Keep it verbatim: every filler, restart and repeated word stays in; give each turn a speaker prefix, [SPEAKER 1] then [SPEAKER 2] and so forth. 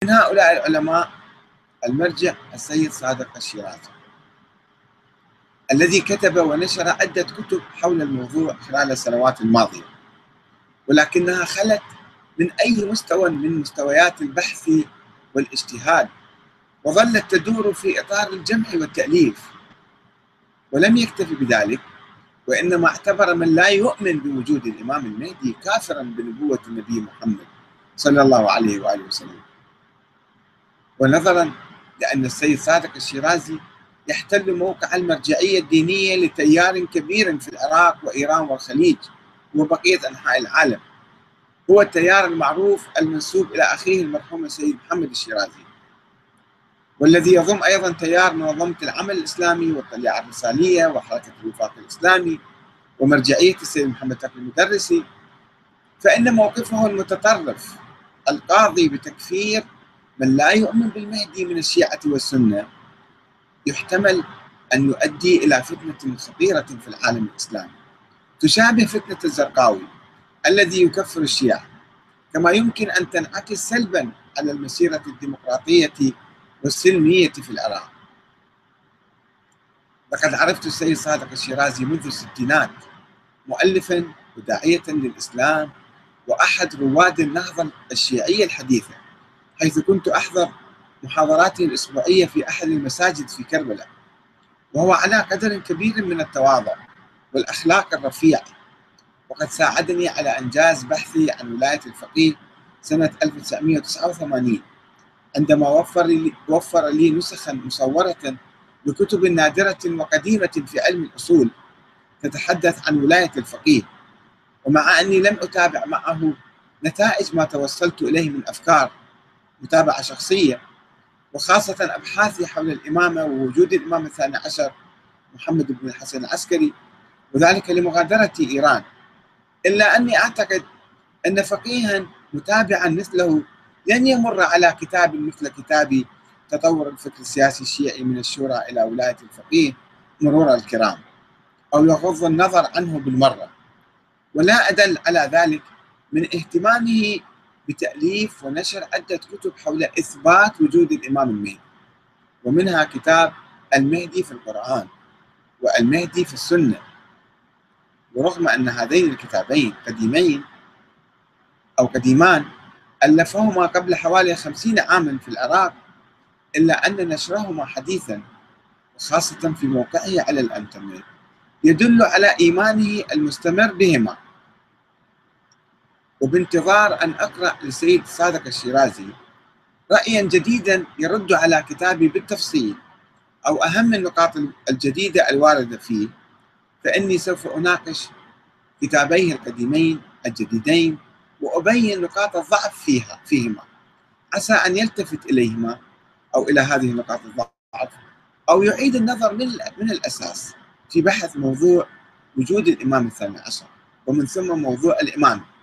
[SPEAKER 1] من هؤلاء العلماء المرجع السيد صادق الشيرازي، الذي كتب ونشر عدة كتب حول الموضوع خلال السنوات الماضية، ولكنها خلت من أي مستوى من مستويات البحث والاجتهاد، وظلت تدور في إطار الجمع والتأليف. ولم يكتفي بذلك، وإنما اعتبر من لا يؤمن بوجود الإمام المهدي كافرا بنبوة النبي محمد صلى الله عليه وآله وسلم. ونظرا لأن السيد صادق الشيرازي يحتل موقع المرجعية الدينية لتيار كبير في العراق وإيران والخليج وبقية أنحاء العالم، هو التيار المعروف المنسوب إلى أخيه المرحوم السيد محمد الشيرازي، والذي يضم أيضا تيار منظمة العمل الإسلامي والطليعة الرسالية وحركة الوفاق الإسلامي ومرجعية السيد محمد تقي المدرسي. فإن موقفه المتطرف القاضي بتكفير من لا يؤمن بالمهدي من الشيعة والسنة يحتمل أن يؤدي إلى فتنة خطيرة في العالم الإسلامي تشابه فتنة الزرقاوي الذي يكفر الشيعة، كما يمكن أن تنعكس سلبا على المسيرة الديمقراطية والسلمية في العراق. لقد عرفت السيد صادق الشيرازي منذ الستينات مؤلفا وداعية للإسلام وأحد رواد النهضة الشيعية الحديثة، حيث كنت أحضر محاضراته الأسبوعية في أحد المساجد في كربلاء، وهو على قدر كبير من التواضع والأخلاق الرفيعة، وقد ساعدني على إنجاز بحثي عن ولاية الفقيه سنة ألف وتسعمئة وتسعة وثمانين، عندما وفر لي, وفر لي نسخا مصورة لكتب نادرة وقديمة في علم الأصول تتحدث عن ولاية الفقيه. ومع أني لم أتابع معه نتائج ما توصلت إليه من أفكار متابعة شخصية، وخاصة أبحاثي حول الإمامة ووجود الإمام الثاني عشر محمد بن الحسن العسكري، وذلك لمغادرة إيران، إلا أني أعتقد أن فقيها متابعا مثله لن يمر على كتاب مثل كتابي تطور الفكر السياسي الشيعي من الشورى إلى ولاية الفقيه مرور الكرام، أو يغض النظر عنه بالمرة. ولا أدل على ذلك من اهتمامه بتأليف ونشر عدة كتب حول إثبات وجود الإمام المهدي، ومنها كتاب المهدي في القرآن والمهدي في السنة. ورغم أن هذين الكتابين قديمين أو قديمان ألفهما قبل حوالي خمسين عاما في العراق، إلا أن نشرهما حديثا وخاصة في موقعه على الإنترنت يدل على إيمانه المستمر بهما. وبانتظار أن أقرأ للسيد صادق الشيرازي رأيا جديدا يرد على كتابي بالتفصيل أو أهم النقاط الجديدة الواردة فيه، فإني سوف أناقش كتابيه القديمين الجديدين وأبين نقاط الضعف فيها فيهما، عسى أن يلتفت إليهما أو إلى هذه نقاط الضعف، أو يعيد النظر من من الأساس في بحث موضوع وجود الإمام الثاني عشر، ومن ثم موضوع الإمامة.